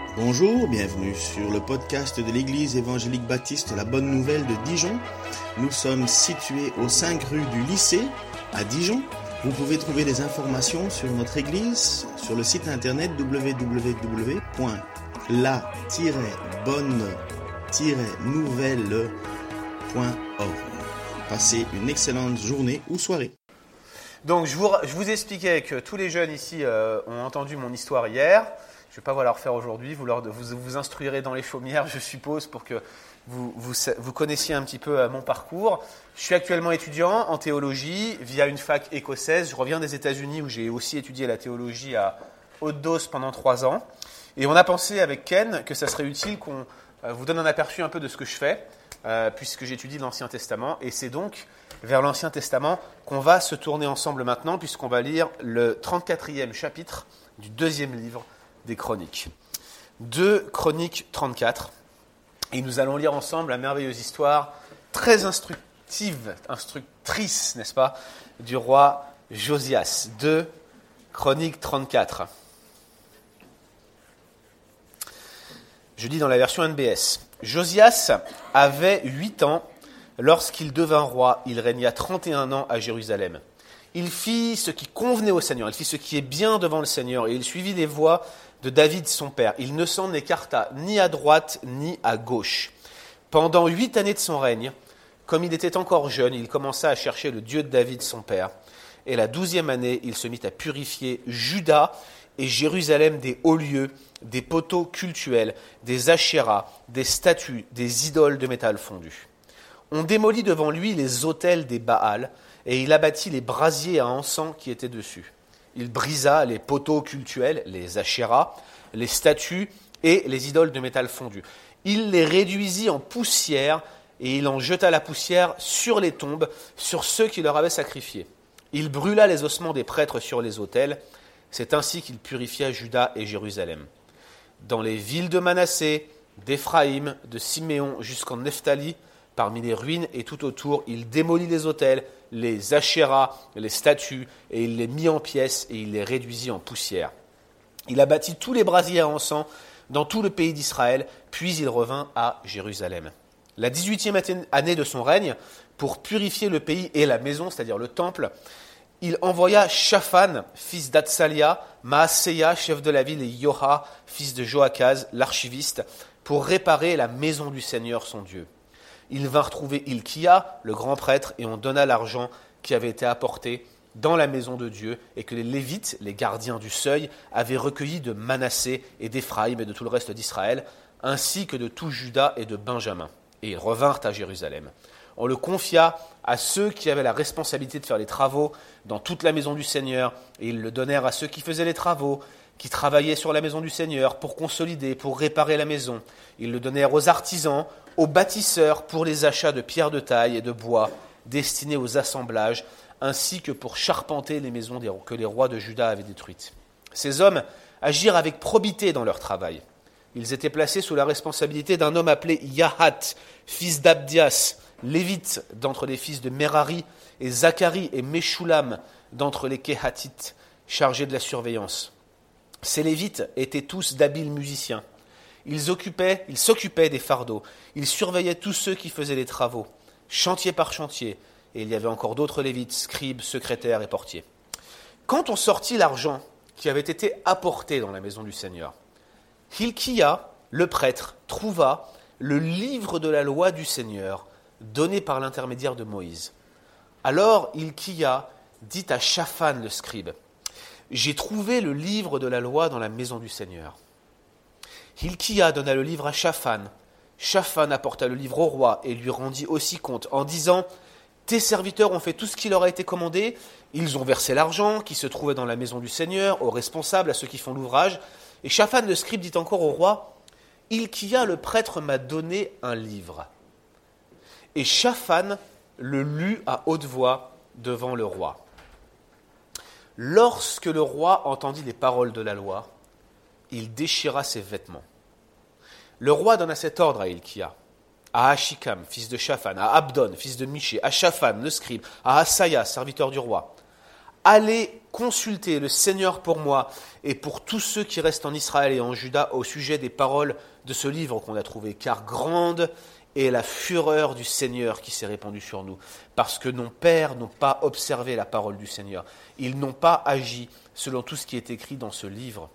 Bonjour, bienvenue sur le podcast de l'Église évangélique baptiste La Bonne Nouvelle de Dijon. Nous sommes situés aux 5 rues du lycée à Dijon. Vous pouvez trouver des informations sur notre église sur le site internet www.la-bonne-nouvelle.org. Passez une excellente journée ou soirée. Donc je vous expliquais que tous les jeunes ici ont entendu mon histoire hier. Je ne vais pas vous la refaire aujourd'hui, vous instruirez dans les chaumières, je suppose, pour que vous connaissiez un petit peu mon parcours. Je suis actuellement étudiant en théologie via une fac écossaise. Je reviens des États-Unis où j'ai aussi étudié la théologie à haute dose pendant 3 ans. Et on a pensé avec Ken que ça serait utile qu'on vous donne un aperçu un peu de ce que je fais, puisque j'étudie l'Ancien Testament. Et c'est donc vers l'Ancien Testament qu'on va se tourner ensemble maintenant, puisqu'on va lire le 34e chapitre du 2e livre des Chroniques. 2 Chroniques 34. Et nous allons lire ensemble la merveilleuse histoire, très instructrice, n'est-ce pas, du roi Josias. 2 Chroniques 34. Je lis dans la version NBS. Josias avait 8 ans lorsqu'il devint roi. Il régna 31 ans à Jérusalem. Il fit ce qui convenait au Seigneur, il fit ce qui est bien devant le Seigneur, et il suivit les voies de David son père. Il ne s'en écarta ni à droite ni à gauche. Pendant 8 années de son règne, comme il était encore jeune, il commença à chercher le Dieu de David son père. Et la 12e année, il se mit à purifier Juda et Jérusalem des hauts lieux, des poteaux cultuels, des achéras, des statues, des idoles de métal fondu. On démolit devant lui les autels des Baals, et il abattit les brasiers à encens qui étaient dessus. Il brisa les poteaux cultuels, les achéras, les statues et les idoles de métal fondu. Il les réduisit en poussière et il en jeta la poussière sur les tombes, sur ceux qui leur avaient sacrifié. Il brûla les ossements des prêtres sur les autels. C'est ainsi qu'il purifia Juda et Jérusalem. Dans les villes de Manassé, d'Éphraïm, de Siméon jusqu'en Nephtali, parmi les ruines et tout autour, il démolit les autels, les achéras, les statues, et il les mit en pièces et il les réduisit en poussière. Il abattit tous les brasiers à encens dans tout le pays d'Israël, puis il revint à Jérusalem. La 18e année de son règne, pour purifier le pays et la maison, c'est-à-dire le temple, il envoya Shaphan, fils d'Atsalia, Maaseia, chef de la ville, et Yoha, fils de Joachaz, l'archiviste, pour réparer la maison du Seigneur son Dieu. Ils vinrent trouver Hilkia, le grand prêtre, et on donna l'argent qui avait été apporté dans la maison de Dieu et que les Lévites, les gardiens du seuil, avaient recueilli de Manassé et d'Éphraïm et de tout le reste d'Israël, ainsi que de tout Juda et de Benjamin. Et ils revinrent à Jérusalem. On le confia à ceux qui avaient la responsabilité de faire les travaux dans toute la maison du Seigneur, et ils le donnèrent à ceux qui faisaient les travaux, qui travaillaient sur la maison du Seigneur pour consolider, pour réparer la maison. Ils le donnèrent aux artisans, aux bâtisseurs pour les achats de pierres de taille et de bois destinés aux assemblages, ainsi que pour charpenter les maisons que les rois de Juda avaient détruites. Ces hommes agirent avec probité dans leur travail. Ils étaient placés sous la responsabilité d'un homme appelé Yahat, fils d'Abdias, lévite d'entre les fils de Merari, et Zacharie et Meshulam d'entre les Kéhatites, chargés de la surveillance. Ces lévites étaient tous d'habiles musiciens. Ils s'occupaient des fardeaux. Ils surveillaient tous ceux qui faisaient les travaux, chantier par chantier. Et il y avait encore d'autres lévites, scribes, secrétaires et portiers. Quand on sortit l'argent qui avait été apporté dans la maison du Seigneur, Hilkia, le prêtre, trouva le livre de la loi du Seigneur donné par l'intermédiaire de Moïse. Alors Hilkia dit à Shaphan le scribe, « J'ai trouvé le livre de la loi dans la maison du Seigneur. » Hilkia donna le livre à Shaphan. Shaphan apporta le livre au roi et lui rendit aussi compte en disant « Tes serviteurs ont fait tout ce qui leur a été commandé, ils ont versé l'argent qui se trouvait dans la maison du Seigneur, aux responsables, à ceux qui font l'ouvrage. » Et Shaphan le scribe dit encore au roi « Hilkia le prêtre m'a donné un livre. » Et Shaphan le lut à haute voix devant le roi. Lorsque le roi entendit les paroles de la loi, il déchira ses vêtements. Le roi donna cet ordre à Hilkia, à Ashikam, fils de Shaphan, à Abdon, fils de Miché, à Shaphan, le scribe, à Asaya, serviteur du roi. allez consulter le Seigneur pour moi et pour tous ceux qui restent en Israël et en Juda au sujet des paroles de ce livre qu'on a trouvé, car grande est la fureur du Seigneur qui s'est répandue sur nous, parce que nos pères n'ont pas observé la parole du Seigneur. Ils n'ont pas agi selon tout ce qui est écrit dans ce livre.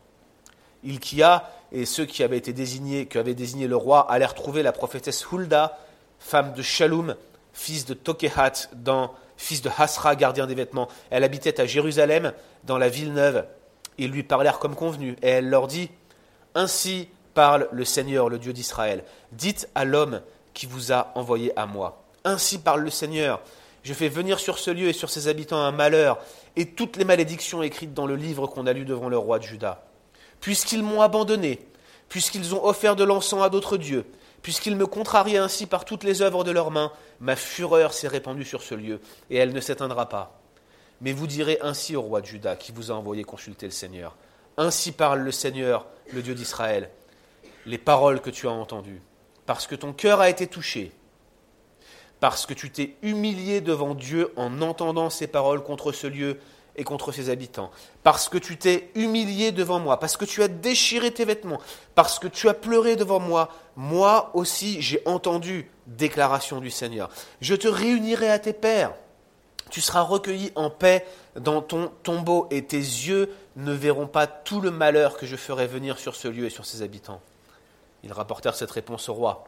Hilkia et ceux qui avaient désigné le roi allèrent trouver la prophétesse Hulda, femme de Shallum, fils de Tokehat, fils de Hasra, gardien des vêtements. Elle habitait à Jérusalem, dans la ville neuve. Ils lui parlèrent comme convenu, et elle leur dit « Ainsi parle le Seigneur, le Dieu d'Israël. Dites à l'homme qui vous a envoyé à moi. Ainsi parle le Seigneur. Je fais venir sur ce lieu et sur ses habitants un malheur, et toutes les malédictions écrites dans le livre qu'on a lu devant le roi de Juda. Puisqu'ils m'ont abandonné, puisqu'ils ont offert de l'encens à d'autres dieux, puisqu'ils me contrarient ainsi par toutes les œuvres de leurs mains, ma fureur s'est répandue sur ce lieu, et elle ne s'éteindra pas. Mais vous direz ainsi au roi de Juda, qui vous a envoyé consulter le Seigneur. Ainsi parle le Seigneur, le Dieu d'Israël, les paroles que tu as entendues, parce que ton cœur a été touché, parce que tu t'es humilié devant Dieu en entendant ces paroles contre ce lieu et contre ses habitants, parce que tu t'es humilié devant moi, parce que tu as déchiré tes vêtements, parce que tu as pleuré devant moi, moi aussi j'ai entendu déclaration du Seigneur. Je te réunirai à tes pères, tu seras recueilli en paix dans ton tombeau, et tes yeux ne verront pas tout le malheur que je ferai venir sur ce lieu et sur ses habitants. Ils rapportèrent cette réponse au roi.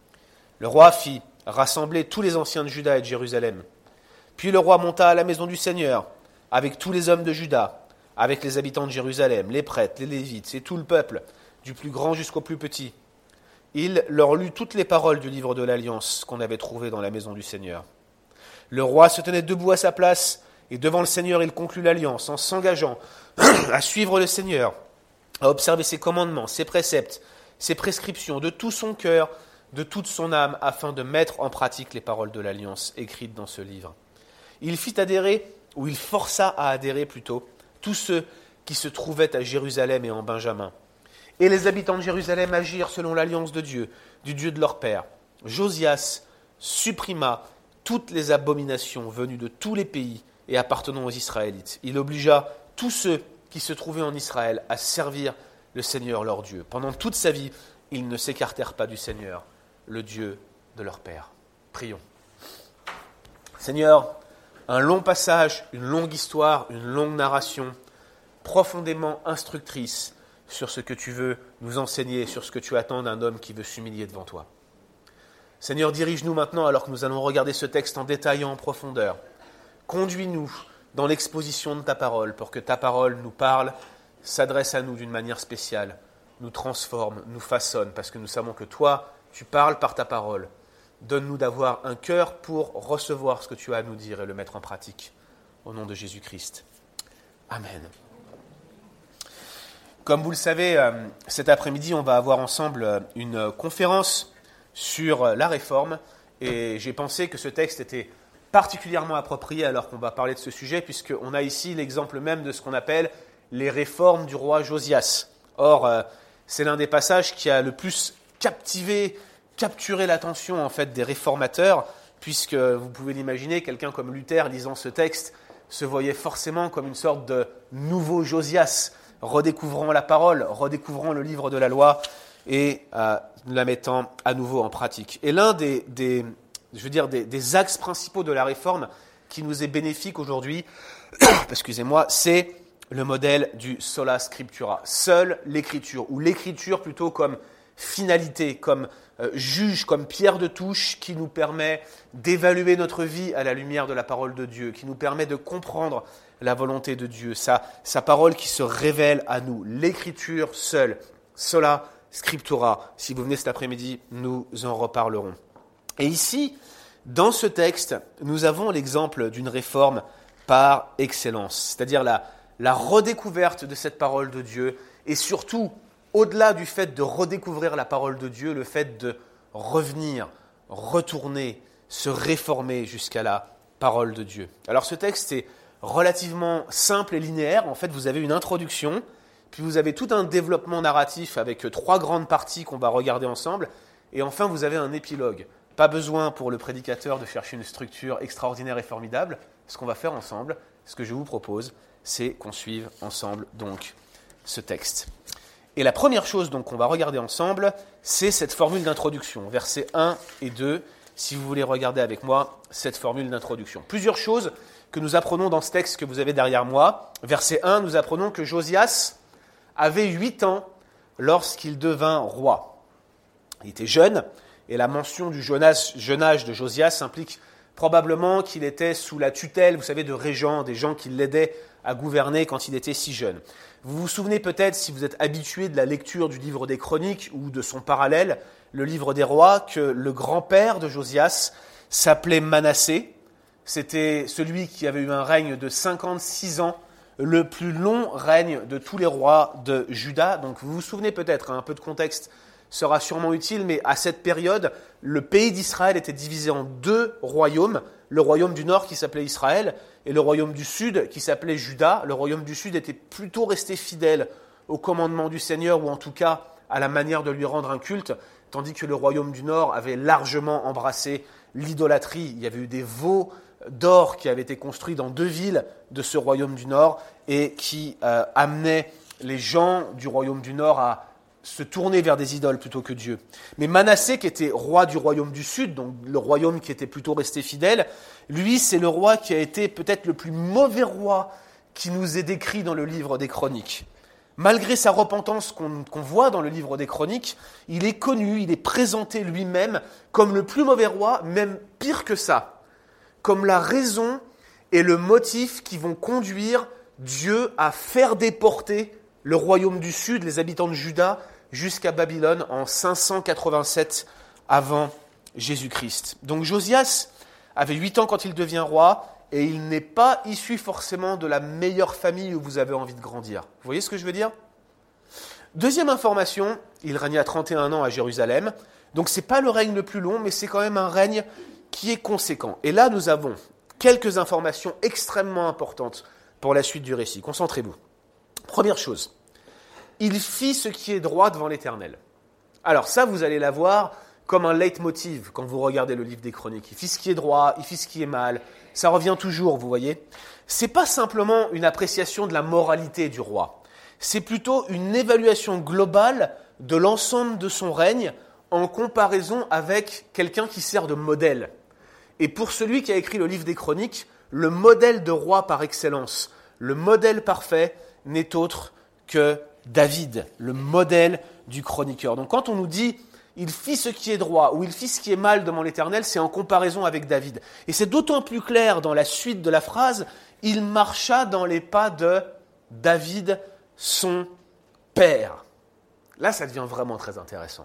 Le roi fit rassembler tous les anciens de Juda et de Jérusalem. Puis le roi monta à la maison du Seigneur, avec tous les hommes de Juda, avec les habitants de Jérusalem, les prêtres, les Lévites, et tout le peuple, du plus grand jusqu'au plus petit. Il leur lut toutes les paroles du livre de l'Alliance qu'on avait trouvé dans la maison du Seigneur. Le roi se tenait debout à sa place, et devant le Seigneur, il conclut l'Alliance en s'engageant à suivre le Seigneur, à observer ses commandements, ses préceptes, ses prescriptions de tout son cœur, de toute son âme, afin de mettre en pratique les paroles de l'Alliance écrites dans ce livre. Il força à adhérer plutôt, tous ceux qui se trouvaient à Jérusalem et en Benjamin. Et les habitants de Jérusalem agirent selon l'alliance de Dieu, du Dieu de leur père. Josias supprima toutes les abominations venues de tous les pays et appartenant aux Israélites. Il obligea tous ceux qui se trouvaient en Israël à servir le Seigneur leur Dieu. Pendant toute sa vie, ils ne s'écartèrent pas du Seigneur, le Dieu de leur père. Prions. Seigneur, un long passage, une longue histoire, une longue narration, profondément instructrice sur ce que tu veux nous enseigner, sur ce que tu attends d'un homme qui veut s'humilier devant toi. Seigneur, dirige-nous maintenant alors que nous allons regarder ce texte en détail et en profondeur. Conduis-nous dans l'exposition de ta parole pour que ta parole nous parle, s'adresse à nous d'une manière spéciale, nous transforme, nous façonne, parce que nous savons que toi, tu parles par ta parole. Donne-nous d'avoir un cœur pour recevoir ce que tu as à nous dire et le mettre en pratique. Au nom de Jésus-Christ. Amen. Comme vous le savez, cet après-midi, on va avoir ensemble une conférence sur la réforme. Et j'ai pensé que ce texte était particulièrement approprié alors qu'on va parler de ce sujet, puisqu'on a ici l'exemple même de ce qu'on appelle les réformes du roi Josias. Or, c'est l'un des passages qui a le plus capturé l'attention en fait des réformateurs, puisque vous pouvez l'imaginer, quelqu'un comme Luther lisant ce texte se voyait forcément comme une sorte de nouveau Josias, redécouvrant la parole, redécouvrant le livre de la loi et la mettant à nouveau en pratique. Et l'un des axes principaux de la réforme qui nous est bénéfique aujourd'hui, excusez-moi, c'est le modèle du sola scriptura, seule l'écriture, ou l'écriture plutôt comme finalité, comme juge, comme pierre de touche qui nous permet d'évaluer notre vie à la lumière de la parole de Dieu, qui nous permet de comprendre la volonté de Dieu, sa parole qui se révèle à nous. L'écriture seule, sola scriptura. Si vous venez cet après-midi, nous en reparlerons. Et ici, dans ce texte, nous avons l'exemple d'une réforme par excellence, c'est-à-dire la redécouverte de cette parole de Dieu, et surtout, au-delà du fait de redécouvrir la parole de Dieu, le fait de revenir, retourner, se réformer jusqu'à la parole de Dieu. Alors ce texte est relativement simple et linéaire. En fait, vous avez une introduction, puis vous avez tout un développement narratif avec 3 grandes parties qu'on va regarder ensemble, et enfin vous avez un épilogue. Pas besoin pour le prédicateur de chercher une structure extraordinaire et formidable. Ce qu'on va faire ensemble, ce que je vous propose, c'est qu'on suive ensemble donc ce texte. Et la première chose donc qu'on va regarder ensemble, c'est cette formule d'introduction, versets 1 et 2, si vous voulez regarder avec moi cette formule d'introduction. Plusieurs choses que nous apprenons dans ce texte que vous avez derrière moi. Verset 1, nous apprenons que Josias avait 8 ans lorsqu'il devint roi. Il était jeune, et la mention du jeune âge de Josias implique probablement qu'il était sous la tutelle, vous savez, de régents, des gens qui l'aidaient à gouverner quand il était si jeune. Vous vous souvenez peut-être, si vous êtes habitué de la lecture du livre des Chroniques ou de son parallèle, le livre des Rois, que le grand-père de Josias s'appelait Manassé. C'était celui qui avait eu un règne de 56 ans, le plus long règne de tous les rois de Juda. Donc vous vous souvenez peut-être, un peu de contexte sera sûrement utile, mais à cette période, le pays d'Israël était divisé en 2 royaumes. Le royaume du nord qui s'appelait Israël et le royaume du sud qui s'appelait Juda. Le royaume du sud était plutôt resté fidèle au commandement du Seigneur, ou en tout cas à la manière de lui rendre un culte, tandis que le royaume du nord avait largement embrassé l'idolâtrie. Il y avait eu des veaux d'or qui avaient été construits dans 2 villes de ce royaume du nord et qui amenaient les gens du royaume du nord à se tourner vers des idoles plutôt que Dieu. Mais Manassé, qui était roi du royaume du sud, donc le royaume qui était plutôt resté fidèle, lui, c'est le roi qui a été peut-être le plus mauvais roi qui nous est décrit dans le livre des Chroniques. Malgré sa repentance qu'on voit dans le livre des Chroniques, il est connu, il est présenté lui-même comme le plus mauvais roi, même pire que ça, comme la raison et le motif qui vont conduire Dieu à faire déporter le royaume du sud, les habitants de Juda, jusqu'à Babylone en 587 avant Jésus-Christ. Donc Josias avait 8 ans quand il devient roi, et il n'est pas issu forcément de la meilleure famille où vous avez envie de grandir. Vous voyez ce que je veux dire ? Deuxième information, il régna 31 ans à Jérusalem. Donc ce n'est pas le règne le plus long, mais c'est quand même un règne qui est conséquent. Et là, nous avons quelques informations extrêmement importantes pour la suite du récit. Concentrez-vous. Première chose, il fit ce qui est droit devant l'Éternel. Alors ça, vous allez la voir comme un leitmotiv quand vous regardez le livre des Chroniques. Il fit ce qui est droit, il fit ce qui est mal. Ça revient toujours, vous voyez. C'est pas simplement une appréciation de la moralité du roi. C'est plutôt une évaluation globale de l'ensemble de son règne en comparaison avec quelqu'un qui sert de modèle. Et pour celui qui a écrit le livre des Chroniques, le modèle de roi par excellence, le modèle parfait n'est autre que David, le modèle du chroniqueur. Donc quand on nous dit « il fit ce qui est droit » ou « il fit ce qui est mal devant l'Éternel », c'est en comparaison avec David. Et c'est d'autant plus clair dans la suite de la phrase « il marcha dans les pas de David, son père ». Là, ça devient vraiment très intéressant.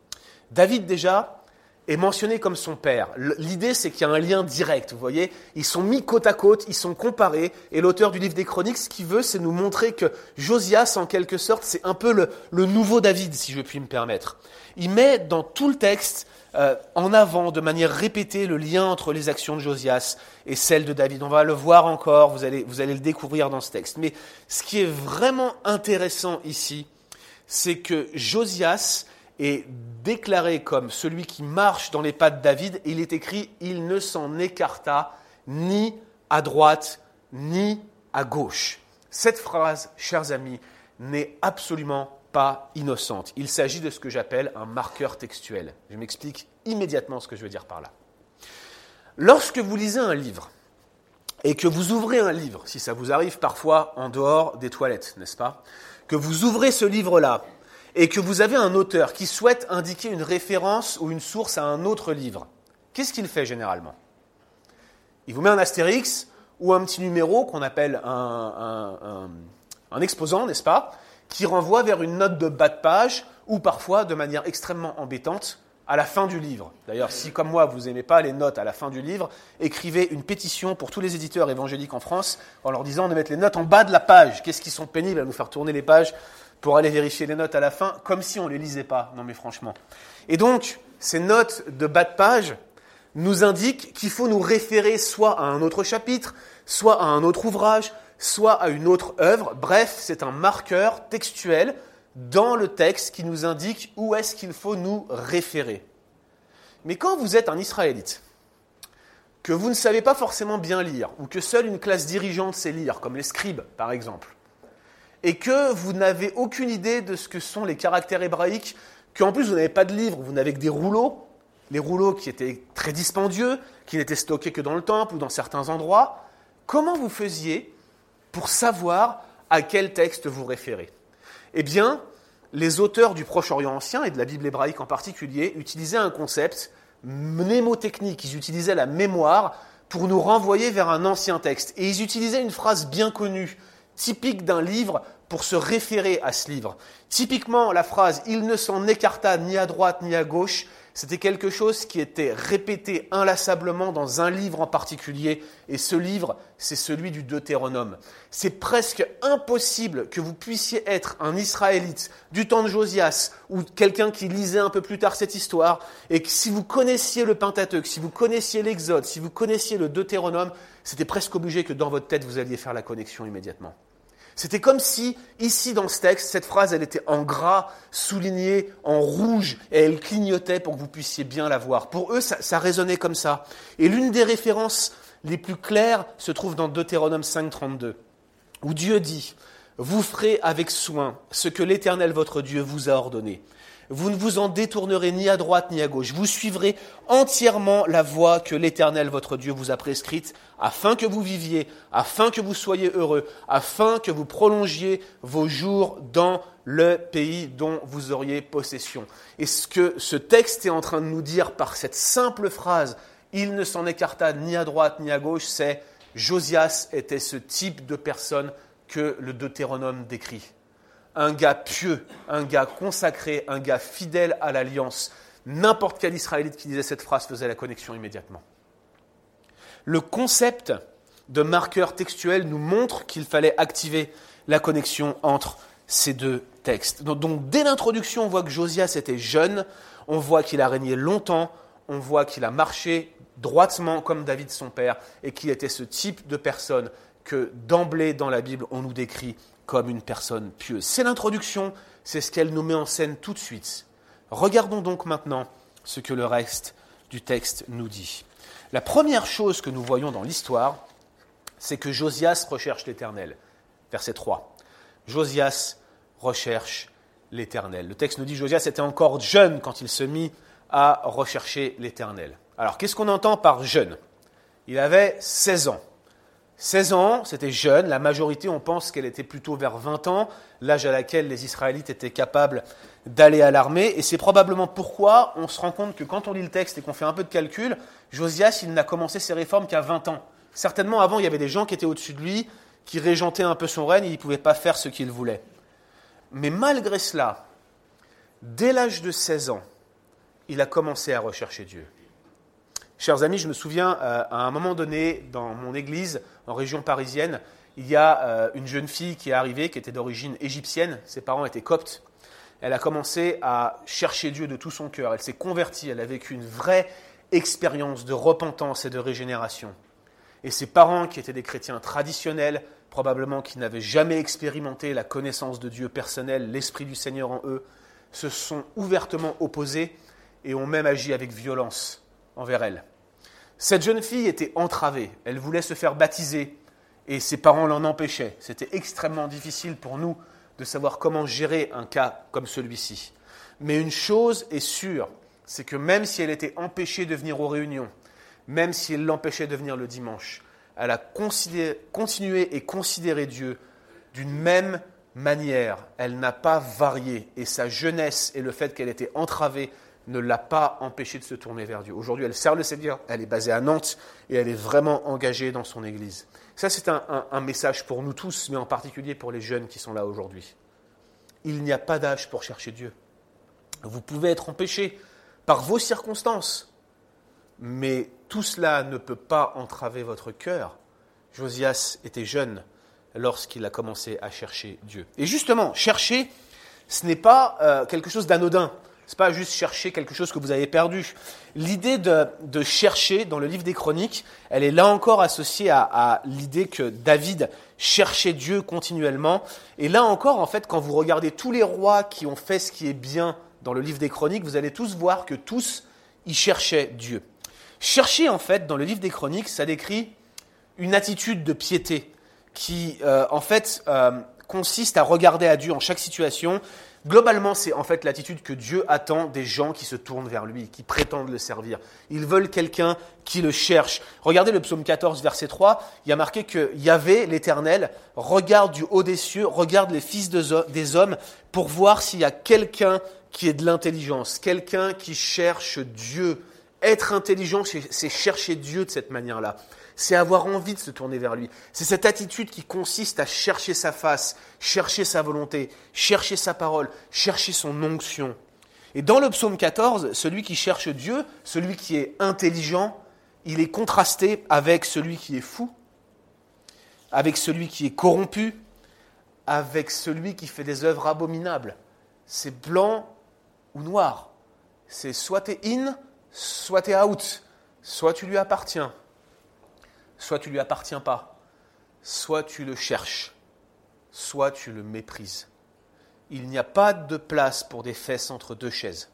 David, déjà, est mentionné comme son père. L'idée, c'est qu'il y a un lien direct, vous voyez. Ils sont mis côte à côte, ils sont comparés. Et l'auteur du livre des Chroniques, ce qu'il veut, c'est nous montrer que Josias, en quelque sorte, c'est un peu le nouveau David, si je puis me permettre. Il met dans tout le texte en avant, de manière répétée, le lien entre les actions de Josias et celles de David. On va le voir encore, vous allez le découvrir dans ce texte. Mais ce qui est vraiment intéressant ici, c'est que Josias est déclaré comme celui qui marche dans les pas de David. Il est écrit « il ne s'en écarta ni à droite ni à gauche ». Cette phrase, chers amis, n'est absolument pas innocente. Il s'agit de ce que j'appelle un marqueur textuel. Je m'explique immédiatement ce que je veux dire par là. Lorsque vous lisez un livre et que vous ouvrez un livre, si ça vous arrive parfois en dehors des toilettes, n'est-ce pas, que vous ouvrez ce livre-là, et que vous avez un auteur qui souhaite indiquer une référence ou une source à un autre livre, qu'est-ce qu'il fait généralement ? Il vous met un astérix ou un petit numéro qu'on appelle un exposant, n'est-ce pas, qui renvoie vers une note de bas de page ou parfois, de manière extrêmement embêtante, à la fin du livre. D'ailleurs, si comme moi, vous n'aimez pas les notes à la fin du livre, écrivez une pétition pour tous les éditeurs évangéliques en France en leur disant de mettre les notes en bas de la page. Qu'est-ce qu'ils sont pénibles à nous faire tourner les pages pour aller vérifier les notes à la fin, comme si on ne les lisait pas. Non mais franchement. Et donc, ces notes de bas de page nous indiquent qu'il faut nous référer soit à un autre chapitre, soit à un autre ouvrage, soit à une autre œuvre. Bref, c'est un marqueur textuel dans le texte qui nous indique où est-ce qu'il faut nous référer. Mais quand vous êtes un Israélite, que vous ne savez pas forcément bien lire, ou que seule une classe dirigeante sait lire, comme les scribes par exemple, et que vous n'avez aucune idée de ce que sont les caractères hébraïques, qu'en plus vous n'avez pas de livre, vous n'avez que des rouleaux, les rouleaux qui étaient très dispendieux, qui n'étaient stockés que dans le temple ou dans certains endroits, comment vous faisiez pour savoir à quel texte vous référez ? Eh bien, les auteurs du Proche-Orient ancien et de la Bible hébraïque en particulier utilisaient un concept mnémotechnique. Ils utilisaient la mémoire pour nous renvoyer vers un ancien texte. Et ils utilisaient une phrase bien connue, typique d'un livre, pour se référer à ce livre. Typiquement, la phrase « Il ne s'en écarta ni à droite ni à gauche », c'était quelque chose qui était répété inlassablement dans un livre en particulier, et ce livre, c'est celui du Deutéronome. C'est presque impossible que vous puissiez être un Israélite du temps de Josias, ou quelqu'un qui lisait un peu plus tard cette histoire, et que si vous connaissiez le Pentateuque, si vous connaissiez l'Exode, si vous connaissiez le Deutéronome, c'était presque obligé que dans votre tête, vous alliez faire la connexion immédiatement. C'était comme si, ici dans ce texte, cette phrase, elle était en gras, soulignée en rouge, et elle clignotait pour que vous puissiez bien la voir. Pour eux, ça résonnait comme ça. Et l'une des références les plus claires se trouve dans Deutéronome 5.32, où Dieu dit « Vous ferez avec soin ce que l'Éternel votre Dieu vous a ordonné. Vous ne vous en détournerez ni à droite ni à gauche. Vous suivrez entièrement la voie que l'Éternel, votre Dieu, vous a prescrite, afin que vous viviez, afin que vous soyez heureux, afin que vous prolongiez vos jours dans le pays dont vous auriez possession. » Et ce que ce texte est en train de nous dire par cette simple phrase, « Il ne s'en écarta ni à droite ni à gauche », c'est « Josias était ce type de personne que le Deutéronome décrit. » Un gars pieux, un gars consacré, un gars fidèle à l'alliance. N'importe quel Israélite qui disait cette phrase faisait la connexion immédiatement. Le concept de marqueur textuel nous montre qu'il fallait activer la connexion entre ces deux textes. Donc dès l'introduction, on voit que Josias était jeune, on voit qu'il a régné longtemps, on voit qu'il a marché droitement comme David son père, et qu'il était ce type de personne que d'emblée dans la Bible, on nous décrit comme une personne pieuse. C'est l'introduction, c'est ce qu'elle nous met en scène tout de suite. Regardons donc maintenant ce que le reste du texte nous dit. La première chose que nous voyons dans l'histoire, c'est que Josias recherche l'Éternel. Verset 3. Josias recherche l'Éternel. Le texte nous dit que Josias était encore jeune quand il se mit à rechercher l'Éternel. Alors, qu'est-ce qu'on entend par jeune ? Il avait 16 ans. 16 ans, c'était jeune. La majorité, on pense qu'elle était plutôt vers 20 ans, l'âge à laquelle les Israélites étaient capables d'aller à l'armée. Et c'est probablement pourquoi on se rend compte que quand on lit le texte et qu'on fait un peu de calcul, Josias, il n'a commencé ses réformes qu'à 20 ans. Certainement, avant, il y avait des gens qui étaient au-dessus de lui, qui régentaient un peu son règne et il ne pouvait pas faire ce qu'il voulait. Mais malgré cela, dès l'âge de 16 ans, il a commencé à rechercher Dieu. Chers amis, je me souviens, à un moment donné, dans mon église, en région parisienne, il y a une jeune fille qui est arrivée, qui était d'origine égyptienne, ses parents étaient coptes. Elle a commencé à chercher Dieu de tout son cœur, elle s'est convertie, elle a vécu une vraie expérience de repentance et de régénération. Et ses parents, qui étaient des chrétiens traditionnels, probablement qui n'avaient jamais expérimenté la connaissance de Dieu personnel, l'Esprit du Seigneur en eux, se sont ouvertement opposés et ont même agi avec violence envers elle. Cette jeune fille était entravée, elle voulait se faire baptiser et ses parents l'en empêchaient. C'était extrêmement difficile pour nous de savoir comment gérer un cas comme celui-ci. Mais une chose est sûre, c'est que même si elle était empêchée de venir aux réunions, même si elle l'empêchait de venir le dimanche, elle a continué et considéré Dieu d'une même manière. Elle n'a pas varié et sa jeunesse et le fait qu'elle était entravée ne l'a pas empêchée de se tourner vers Dieu. Aujourd'hui, elle sert le Seigneur, elle est basée à Nantes et elle est vraiment engagée dans son église. Ça, c'est un message pour nous tous, mais en particulier pour les jeunes qui sont là aujourd'hui. Il n'y a pas d'âge pour chercher Dieu. Vous pouvez être empêché par vos circonstances, mais tout cela ne peut pas entraver votre cœur. Josias était jeune lorsqu'il a commencé à chercher Dieu. Et justement, chercher, ce n'est pas quelque chose d'anodin. Ce n'est pas juste chercher quelque chose que vous avez perdu. L'idée de chercher dans le livre des Chroniques, elle est là encore associée à l'idée que David cherchait Dieu continuellement. Et là encore, en fait, quand vous regardez tous les rois qui ont fait ce qui est bien dans le livre des Chroniques, vous allez tous voir que tous y cherchaient Dieu. Chercher, en fait, dans le livre des Chroniques, ça décrit une attitude de piété qui, consiste à regarder à Dieu en chaque situation. Globalement, c'est en fait l'attitude que Dieu attend des gens qui se tournent vers lui, qui prétendent le servir. Ils veulent quelqu'un qui le cherche. Regardez le psaume 14, verset 3, il y a marqué que Yahvé, l'Éternel, regarde du haut des cieux, regarde les fils des hommes pour voir s'il y a quelqu'un qui ait de l'intelligence, quelqu'un qui cherche Dieu. Être intelligent, c'est chercher Dieu de cette manière-là. C'est avoir envie de se tourner vers lui. C'est cette attitude qui consiste à chercher sa face, chercher sa volonté, chercher sa parole, chercher son onction. Et dans le psaume 14, celui qui cherche Dieu, celui qui est intelligent, il est contrasté avec celui qui est fou, avec celui qui est corrompu, avec celui qui fait des œuvres abominables. C'est blanc ou noir. C'est soit t'es in, soit t'es out. Soit tu lui appartiens. Soit tu ne lui appartiens pas, soit tu le cherches, soit tu le méprises. Il n'y a pas de place pour des fesses entre deux chaises.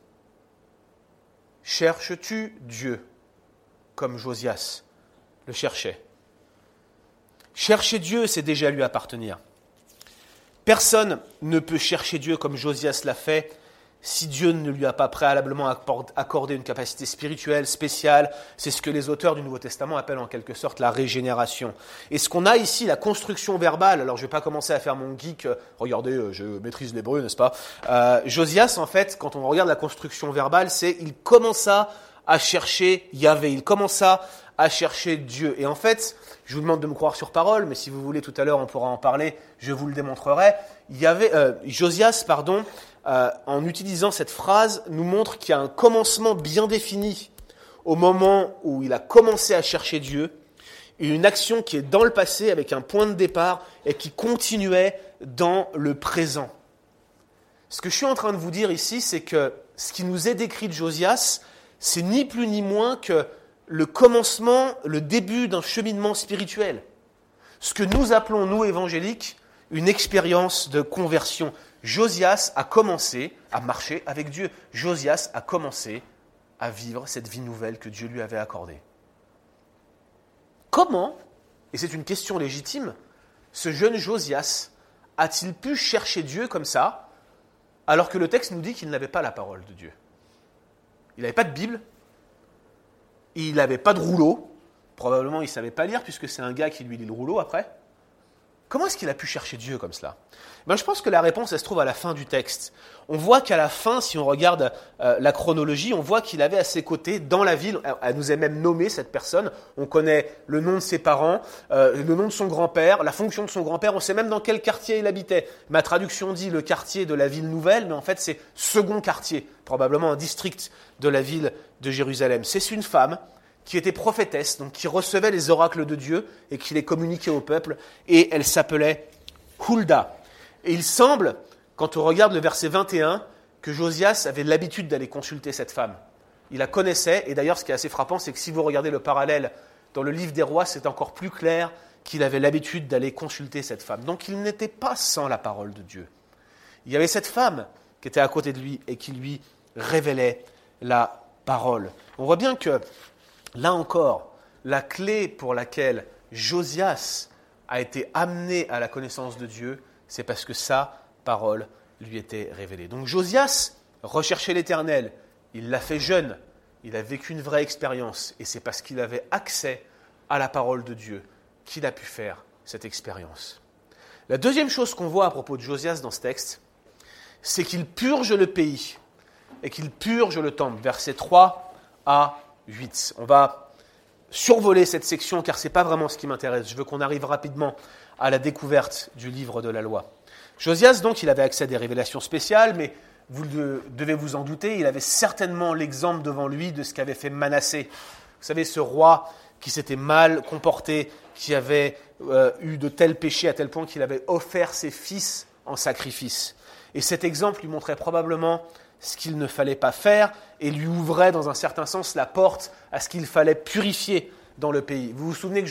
Cherches-tu Dieu, comme Josias le cherchait? Chercher Dieu, c'est déjà lui appartenir. Personne ne peut chercher Dieu comme Josias l'a fait si Dieu ne lui a pas préalablement accordé une capacité spirituelle spéciale. C'est ce que les auteurs du Nouveau Testament appellent en quelque sorte la régénération. Et ce qu'on a ici, la construction verbale, alors je ne vais pas commencer à faire mon geek, regardez, je maîtrise l'hébreu, n'est-ce pas? Josias, en fait, quand on regarde la construction verbale, c'est il commença à chercher Yahvé, il commença à chercher Dieu. Et en fait, je vous demande de me croire sur parole, mais si vous voulez tout à l'heure, on pourra en parler, je vous le démontrerai. Josias, en utilisant cette phrase, nous montre qu'il y a un commencement bien défini au moment où il a commencé à chercher Dieu, une action qui est dans le passé avec un point de départ et qui continuait dans le présent. Ce que je suis en train de vous dire ici, c'est que ce qui nous est décrit de Josias, c'est ni plus ni moins que le commencement, le début d'un cheminement spirituel. Ce que nous appelons, nous évangéliques, une expérience de conversion. Josias a commencé à marcher avec Dieu. Josias a commencé à vivre cette vie nouvelle que Dieu lui avait accordée. Comment, et c'est une question légitime, ce jeune Josias a-t-il pu chercher Dieu comme ça, alors que le texte nous dit qu'il n'avait pas la parole de Dieu? Il n'avait pas de Bible, il n'avait pas de rouleau, probablement il ne savait pas lire puisque c'est un gars qui lui lit le rouleau après. Comment est-ce qu'il a pu chercher Dieu comme cela? Je pense que la réponse, elle se trouve à la fin du texte. On voit qu'à la fin, si on regarde la chronologie, on voit qu'il avait à ses côtés, dans la ville, elle nous est même nommée, cette personne, on connaît le nom de ses parents, le nom de son grand-père, la fonction de son grand-père, on sait même dans quel quartier il habitait. Ma traduction dit le quartier de la ville nouvelle, mais en fait c'est second quartier, probablement un district de la ville de Jérusalem. C'est une femme qui était prophétesse, donc qui recevait les oracles de Dieu et qui les communiquait au peuple, et elle s'appelait Hulda. Et il semble, quand on regarde le verset 21, que Josias avait l'habitude d'aller consulter cette femme. Il la connaissait, et d'ailleurs ce qui est assez frappant, c'est que si vous regardez le parallèle dans le livre des rois, c'est encore plus clair qu'il avait l'habitude d'aller consulter cette femme. Donc il n'était pas sans la parole de Dieu. Il y avait cette femme qui était à côté de lui et qui lui révélait la parole. On voit bien que là encore, la clé pour laquelle Josias a été amené à la connaissance de Dieu, c'est parce que sa parole lui était révélée. Donc Josias recherchait l'Éternel, il l'a fait jeune, il a vécu une vraie expérience, et c'est parce qu'il avait accès à la parole de Dieu qu'il a pu faire cette expérience. La deuxième chose qu'on voit à propos de Josias dans ce texte, c'est qu'il purge le pays et qu'il purge le temple, versets 3 à 8. On va survoler cette section car ce n'est pas vraiment ce qui m'intéresse. Je veux qu'on arrive rapidement à la découverte du livre de la loi. Josias, donc, il avait accès à des révélations spéciales, mais vous devez vous en douter, il avait certainement l'exemple devant lui de ce qu'avait fait Manassé. Vous savez, ce roi qui s'était mal comporté, qui avait eu de tels péchés à tel point qu'il avait offert ses fils en sacrifice. Et cet exemple lui montrait probablement ce qu'il ne fallait pas faire et lui ouvrait dans un certain sens la porte à ce qu'il fallait purifier dans le pays. Vous vous souvenez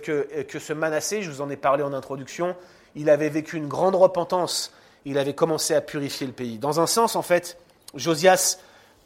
que ce Manassé, je vous en ai parlé en introduction, il avait vécu une grande repentance, il avait commencé à purifier le pays. Dans un sens, en fait, Josias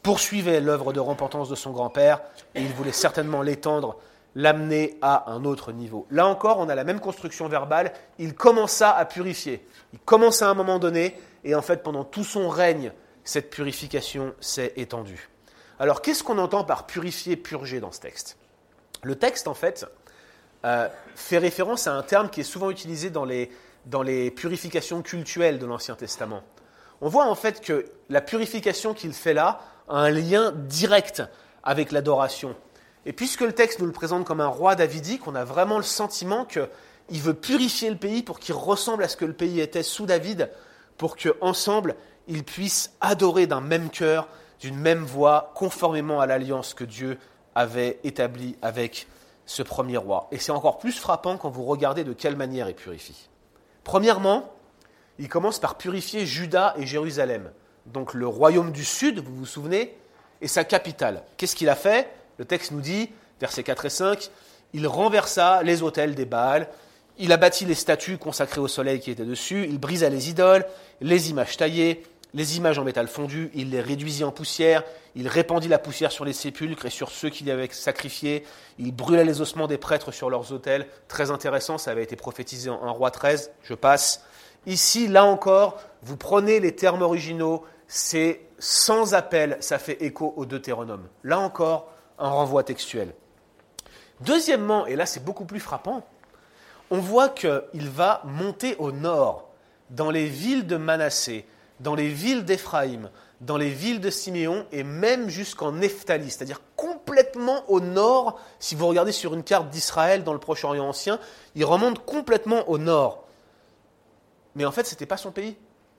poursuivait l'œuvre de repentance de son grand-père et il voulait certainement l'étendre, l'amener à un autre niveau. Là encore, on a la même construction verbale. Il commença à purifier. Il commence à un moment donné et en fait, pendant tout son règne, cette purification s'est étendue. Alors, qu'est-ce qu'on entend par purifier, purger dans ce texte ? Le texte, en fait, fait référence à un terme qui est souvent utilisé dans les purifications cultuelles de l'Ancien Testament. On voit en fait que la purification qu'il fait là a un lien direct avec l'adoration. Et puisque le texte nous le présente comme un roi davidique, on a vraiment le sentiment qu'il veut purifier le pays pour qu'il ressemble à ce que le pays était sous David, pour qu'ensemble, ils puissent adorer d'un même cœur, d'une même voix, conformément à l'alliance que Dieu avait établie avec ce premier roi. Et c'est encore plus frappant quand vous regardez de quelle manière il purifie. Premièrement, il commence par purifier Juda et Jérusalem, donc le royaume du sud, vous vous souvenez, et sa capitale. Qu'est-ce qu'il a fait ? Le texte nous dit, versets 4 et 5, il renversa les autels des Baals, il a bâti les statues consacrées au soleil qui étaient dessus, il brisa les idoles, les images taillées, les images en métal fondu, il les réduisit en poussière, il répandit la poussière sur les sépulcres et sur ceux qui y avaient sacrifié, il brûla les ossements des prêtres sur leurs autels. Très intéressant, ça avait été prophétisé en 1 Roi 13, je passe. Ici, là encore, vous prenez les termes originaux, c'est sans appel, ça fait écho au Deutéronome. Là encore, un renvoi textuel. Deuxièmement, et là c'est beaucoup plus frappant, on voit qu'il va monter au nord, dans les villes de Manassé, dans les villes d'Éphraïm, dans les villes de Siméon et même jusqu'en Nephtali, c'est-à-dire complètement au nord. Si vous regardez sur une carte d'Israël dans le Proche-Orient ancien, il remonte complètement au nord. Mais en fait, ce n'était pas son pays.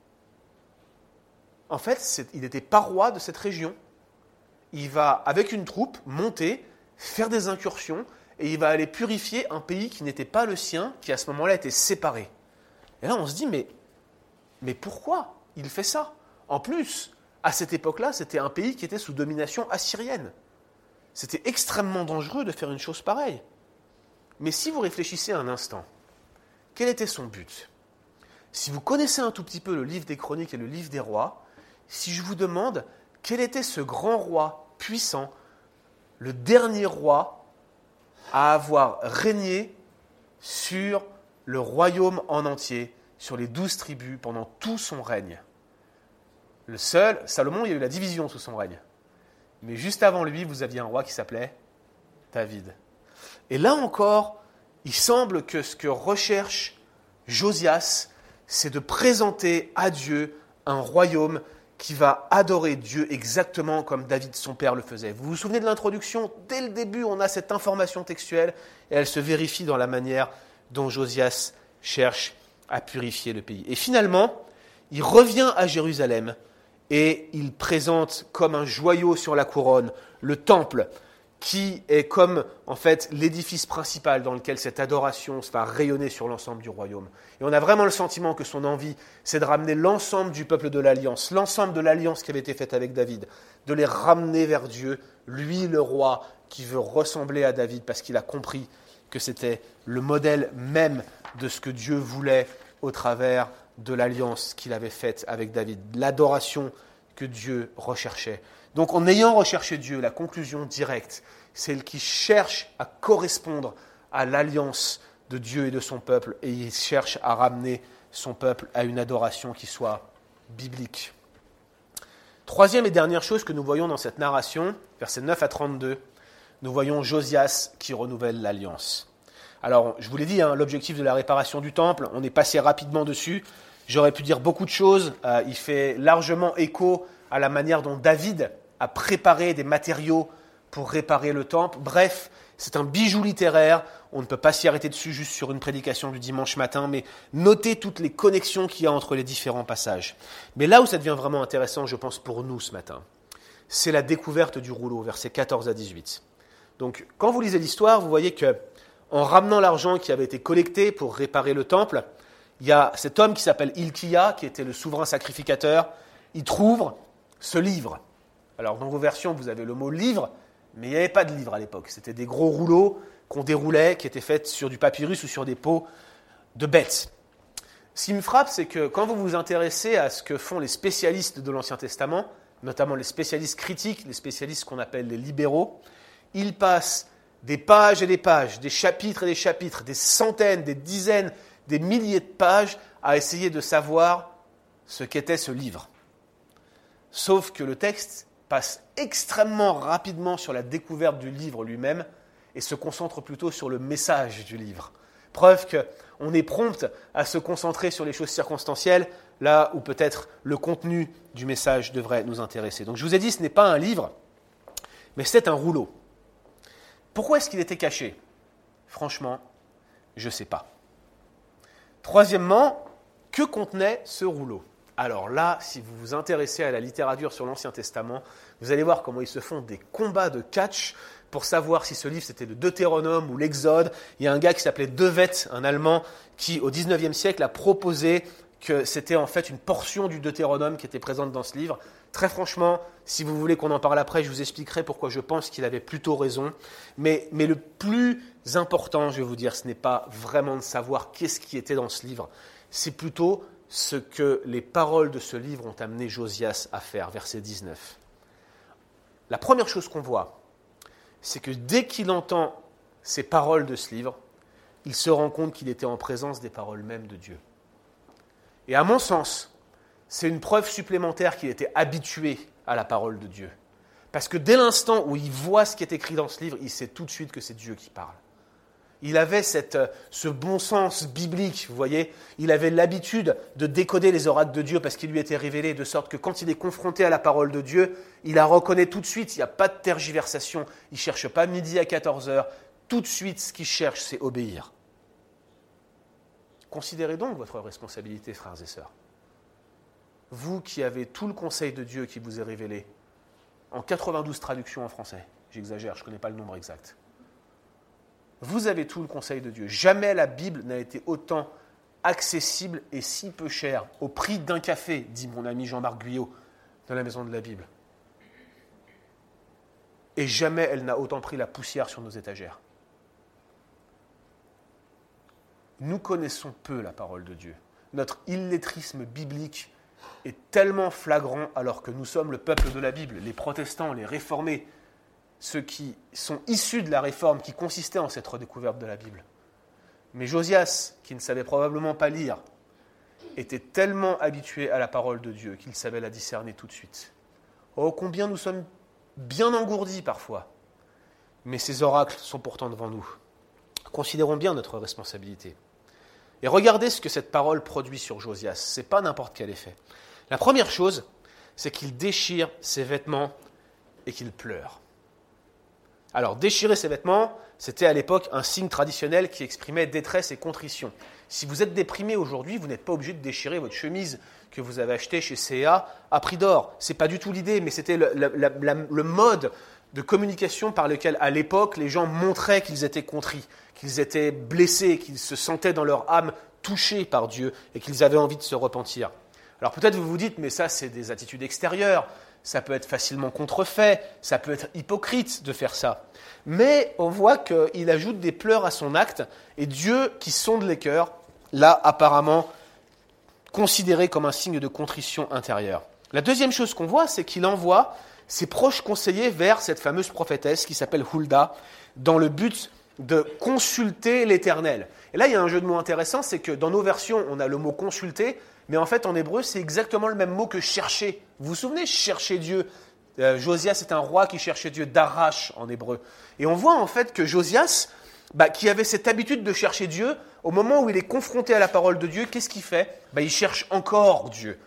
En fait, il n'était pas roi de cette région. Il va, avec une troupe, monter, faire des incursions, et il va aller purifier un pays qui n'était pas le sien, qui à ce moment-là était séparé. Et là, on se dit, mais pourquoi il fait ça ? En plus, à cette époque-là, c'était un pays qui était sous domination assyrienne. C'était extrêmement dangereux de faire une chose pareille. Mais si vous réfléchissez un instant, quel était son but ? Si vous connaissez un tout petit peu le livre des Chroniques et le livre des Rois, si je vous demande quel était ce grand roi puissant, le dernier roi à avoir régné sur le royaume en entier, sur les 12 tribus pendant tout son règne. Le seul, Salomon, il y a eu la division sous son règne. Mais juste avant lui, vous aviez un roi qui s'appelait David. Et là encore, il semble que ce que recherche Josias, c'est de présenter à Dieu un royaume qui va adorer Dieu exactement comme David, son père, le faisait. Vous vous souvenez de l'introduction ? Dès le début, on a cette information textuelle et elle se vérifie dans la manière dont Josias cherche à purifier le pays. Et finalement, il revient à Jérusalem et il présente comme un joyau sur la couronne le temple qui est comme en fait l'édifice principal dans lequel cette adoration va rayonner sur l'ensemble du royaume. Et on a vraiment le sentiment que son envie, c'est de ramener l'ensemble du peuple de l'Alliance, l'ensemble de l'Alliance qui avait été faite avec David, de les ramener vers Dieu, lui le roi qui veut ressembler à David parce qu'il a compris que c'était le modèle même de ce que Dieu voulait au travers de l'alliance qu'il avait faite avec David, l'adoration que Dieu recherchait. Donc en ayant recherché Dieu, la conclusion directe, c'est celle qui cherche à correspondre à l'alliance de Dieu et de son peuple, et il cherche à ramener son peuple à une adoration qui soit biblique. Troisième et dernière chose que nous voyons dans cette narration, versets 9 à 32, nous voyons Josias qui renouvelle l'alliance. Alors, je vous l'ai dit, l'objectif de la réparation du temple, on est passé rapidement dessus. J'aurais pu dire beaucoup de choses. Il fait largement écho à la manière dont David a préparé des matériaux pour réparer le temple. Bref, c'est un bijou littéraire. On ne peut pas s'y arrêter dessus juste sur une prédication du dimanche matin, mais notez toutes les connexions qu'il y a entre les différents passages. Mais là où ça devient vraiment intéressant, je pense, pour nous ce matin, c'est la découverte du rouleau, versets 14 à 18. Donc, quand vous lisez l'histoire, vous voyez que en ramenant l'argent qui avait été collecté pour réparer le temple, il y a cet homme qui s'appelle Hilkiah, qui était le souverain sacrificateur. Il trouve ce livre. Alors, dans vos versions, vous avez le mot « livre », mais il n'y avait pas de livre à l'époque. C'était des gros rouleaux qu'on déroulait, qui étaient faits sur du papyrus ou sur des peaux de bêtes. Ce qui me frappe, c'est que quand vous vous intéressez à ce que font les spécialistes de l'Ancien Testament, notamment les spécialistes critiques, les spécialistes qu'on appelle les libéraux, ils passent des pages et des pages, des chapitres et des chapitres, des centaines, des dizaines, des milliers de pages à essayer de savoir ce qu'était ce livre. Sauf que le texte passe extrêmement rapidement sur la découverte du livre lui-même et se concentre plutôt sur le message du livre. Preuve qu'on est prompt à se concentrer sur les choses circonstancielles, là où peut-être le contenu du message devrait nous intéresser. Donc je vous ai dit, ce n'est pas un livre, mais c'est un rouleau. Pourquoi est-ce qu'il était caché ? Franchement, je ne sais pas. Troisièmement, que contenait ce rouleau ? Alors là, si vous vous intéressez à la littérature sur l'Ancien Testament, vous allez voir comment ils se font des combats de catch pour savoir si ce livre c'était le Deutéronome ou l'Exode. Il y a un gars qui s'appelait De Wet, un Allemand, qui au XIXe siècle a proposé que c'était en fait une portion du Deutéronome qui était présente dans ce livre. Très franchement, si vous voulez qu'on en parle après, je vous expliquerai pourquoi je pense qu'il avait plutôt raison. Mais le plus important, je vais vous dire, ce n'est pas vraiment de savoir qu'est-ce qui était dans ce livre. C'est plutôt ce que les paroles de ce livre ont amené Josias à faire, verset 19. La première chose qu'on voit, c'est que dès qu'il entend ces paroles de ce livre, il se rend compte qu'il était en présence des paroles mêmes de Dieu. Et à mon sens, c'est une preuve supplémentaire qu'il était habitué à la parole de Dieu. Parce que dès l'instant où il voit ce qui est écrit dans ce livre, il sait tout de suite que c'est Dieu qui parle. Il avait ce bon sens biblique, vous voyez. Il avait l'habitude de décoder les oracles de Dieu parce qu'ils lui étaient révélés, de sorte que quand il est confronté à la parole de Dieu, il la reconnaît tout de suite, il n'y a pas de tergiversation. Il ne cherche pas midi à 14h. Tout de suite, ce qu'il cherche, c'est obéir. Considérez donc votre responsabilité, frères et sœurs. Vous qui avez tout le conseil de Dieu qui vous est révélé, en 92 traductions en français, j'exagère, je ne connais pas le nombre exact. Vous avez tout le conseil de Dieu. Jamais la Bible n'a été autant accessible et si peu chère, au prix d'un café, dit mon ami Jean-Marc Guyot, dans la Maison de la Bible. Et jamais elle n'a autant pris la poussière sur nos étagères. Nous connaissons peu la parole de Dieu. Notre illettrisme biblique est tellement flagrant alors que nous sommes le peuple de la Bible, les protestants, les réformés, ceux qui sont issus de la réforme qui consistait en cette redécouverte de la Bible. Mais Josias, qui ne savait probablement pas lire, était tellement habitué à la parole de Dieu qu'il savait la discerner tout de suite. Oh, combien nous sommes bien engourdis parfois, mais ces oracles sont pourtant devant nous. Considérons bien notre responsabilité. Et regardez ce que cette parole produit sur Josias. Ce n'est pas n'importe quel effet. La première chose, c'est qu'il déchire ses vêtements et qu'il pleure. Alors, déchirer ses vêtements, c'était à l'époque un signe traditionnel qui exprimait détresse et contrition. Si vous êtes déprimé aujourd'hui, vous n'êtes pas obligé de déchirer votre chemise que vous avez achetée chez C&A à prix d'or. Ce n'est pas du tout l'idée, mais c'était le mode de communication par lequel, à l'époque, les gens montraient qu'ils étaient contrits, qu'ils étaient blessés, qu'ils se sentaient dans leur âme touchés par Dieu et qu'ils avaient envie de se repentir. Alors peut-être vous vous dites, mais ça c'est des attitudes extérieures, ça peut être facilement contrefait, ça peut être hypocrite de faire ça. Mais on voit qu'il ajoute des pleurs à son acte et Dieu qui sonde les cœurs l'a apparemment considéré comme un signe de contrition intérieure. La deuxième chose qu'on voit, c'est qu'il envoie ses proches conseillers vers cette fameuse prophétesse qui s'appelle Hulda dans le but de consulter l'Éternel. Et là, il y a un jeu de mots intéressant, c'est que dans nos versions, on a le mot consulter, mais en fait, en hébreu, c'est exactement le même mot que chercher. Vous vous souvenez, chercher Dieu. Josias est un roi qui cherchait Dieu, d'Arash en hébreu. Et on voit en fait que Josias, qui avait cette habitude de chercher Dieu, au moment où il est confronté à la parole de Dieu, qu'est-ce qu'il fait ? Il cherche encore Dieu.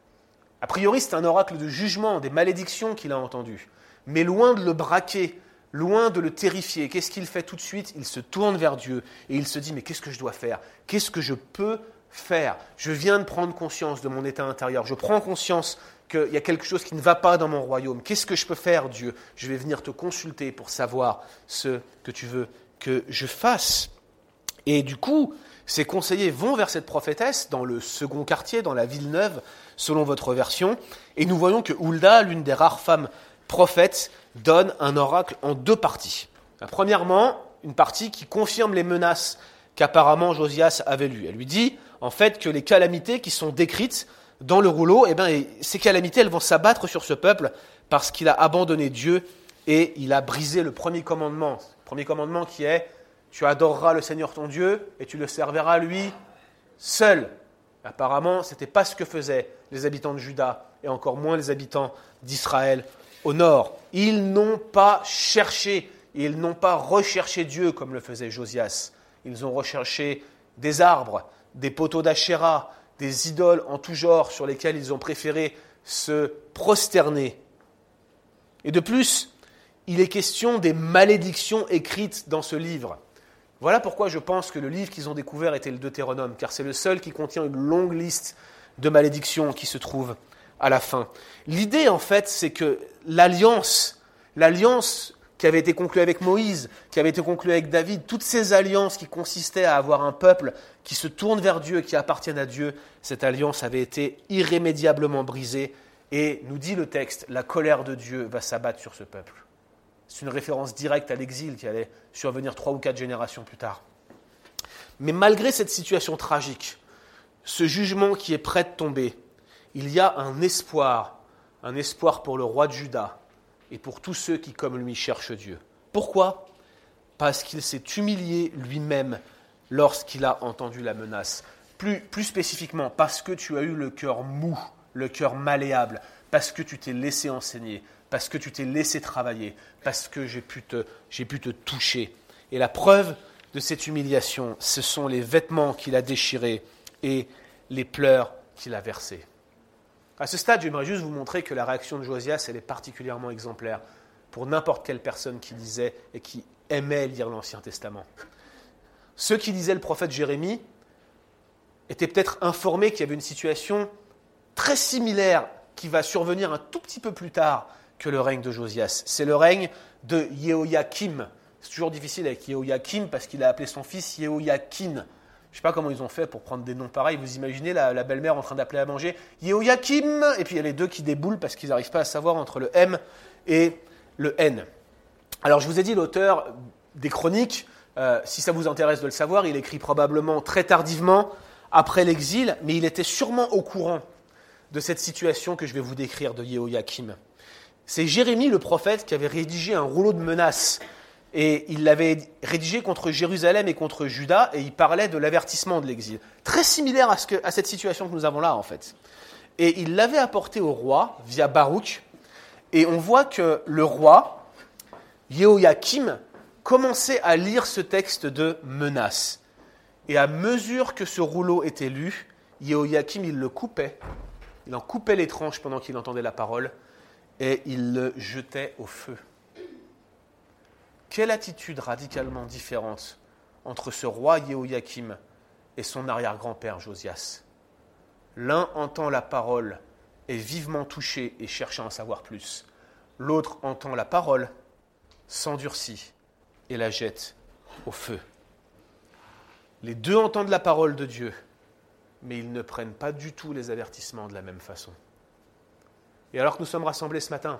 A priori, c'est un oracle de jugement, des malédictions qu'il a entendues. Mais loin de le braquer, loin de le terrifier, qu'est-ce qu'il fait tout de suite ? Il se tourne vers Dieu et il se dit « Mais qu'est-ce que je dois faire ? Qu'est-ce que je peux faire ? Je viens de prendre conscience de mon état intérieur. Je prends conscience qu'il y a quelque chose qui ne va pas dans mon royaume. Qu'est-ce que je peux faire, Dieu ? Je vais venir te consulter pour savoir ce que tu veux que je fasse. » Et du coup, ces conseillers vont vers cette prophétesse dans le second quartier, dans la ville neuve, selon votre version. Et nous voyons que Hulda, l'une des rares femmes prophètes, donne un oracle en deux parties. Premièrement, une partie qui confirme les menaces qu'apparemment Josias avait lues. Elle lui dit, en fait, que les calamités qui sont décrites dans le rouleau, ces calamités, elles vont s'abattre sur ce peuple parce qu'il a abandonné Dieu et il a brisé le premier commandement. Le premier commandement qui est « Tu adoreras le Seigneur ton Dieu et tu le serviras lui seul ». Apparemment, ce n'était pas ce que faisaient les habitants de Juda et encore moins les habitants d'Israël au nord. Ils n'ont pas cherché, ils n'ont pas recherché Dieu comme le faisait Josias. Ils ont recherché des arbres, des poteaux d'Achéra, des idoles en tout genre sur lesquelles ils ont préféré se prosterner. Et de plus, il est question des malédictions écrites dans ce livre. Voilà pourquoi je pense que le livre qu'ils ont découvert était le Deutéronome, car c'est le seul qui contient une longue liste de malédictions qui se trouve à la fin. L'idée, en fait, c'est que l'alliance qui avait été conclue avec Moïse, qui avait été conclue avec David, toutes ces alliances qui consistaient à avoir un peuple qui se tourne vers Dieu, qui appartienne à Dieu, cette alliance avait été irrémédiablement brisée. Et nous dit le texte, la colère de Dieu va s'abattre sur ce peuple. C'est une référence directe à l'exil qui allait survenir 3 ou 4 générations plus tard. Mais malgré cette situation tragique, ce jugement qui est prêt de tomber, il y a un espoir pour le roi de Juda et pour tous ceux qui, comme lui, cherchent Dieu. Pourquoi ? Parce qu'il s'est humilié lui-même lorsqu'il a entendu la menace. Plus spécifiquement, parce que tu as eu le cœur mou, le cœur malléable, parce que tu t'es laissé enseigner, parce que tu t'es laissé travailler, parce que j'ai pu te toucher. Et la preuve de cette humiliation, ce sont les vêtements qu'il a déchirés et les pleurs qu'il a versés. À ce stade, j'aimerais juste vous montrer que la réaction de Josias, elle est particulièrement exemplaire pour n'importe quelle personne qui lisait et qui aimait lire l'Ancien Testament. Ceux qui lisaient le prophète Jérémie étaient peut-être informés qu'il y avait une situation très similaire qui va survenir un tout petit peu plus tard que le règne de Josias. C'est le règne de Jéhoïakim. C'est toujours difficile avec Jéhoïakim parce qu'il a appelé son fils Jéhoïakin. Je ne sais pas comment ils ont fait pour prendre des noms pareils. Vous imaginez la belle-mère en train d'appeler à manger Jéhoïakim, et puis il y a les deux qui déboulent parce qu'ils n'arrivent pas à savoir entre le M et le N. Alors je vous ai dit, l'auteur des Chroniques, si ça vous intéresse de le savoir, il écrit probablement très tardivement après l'exil, mais il était sûrement au courant de cette situation que je vais vous décrire de Jéhoïakim. C'est Jérémie le prophète qui avait rédigé un rouleau de menaces. Et il l'avait rédigé contre Jérusalem et contre Juda, et il parlait de l'avertissement de l'exil. Très similaire à cette situation que nous avons là, en fait. Et il l'avait apporté au roi, via Baruch, et on voit que le roi, Jéhoïakim, commençait à lire ce texte de menace. Et à mesure que ce rouleau était lu, Jéhoïakim, il le coupait. Il en coupait les tranches pendant qu'il entendait la parole, et il le jetait au feu. Quelle attitude radicalement différente entre ce roi Jéhoïakim et son arrière-grand-père Josias. L'un entend la parole, est vivement touché et cherche à en savoir plus. L'autre entend la parole, s'endurcit et la jette au feu. Les deux entendent la parole de Dieu, mais ils ne prennent pas du tout les avertissements de la même façon. Et alors que nous sommes rassemblés ce matin,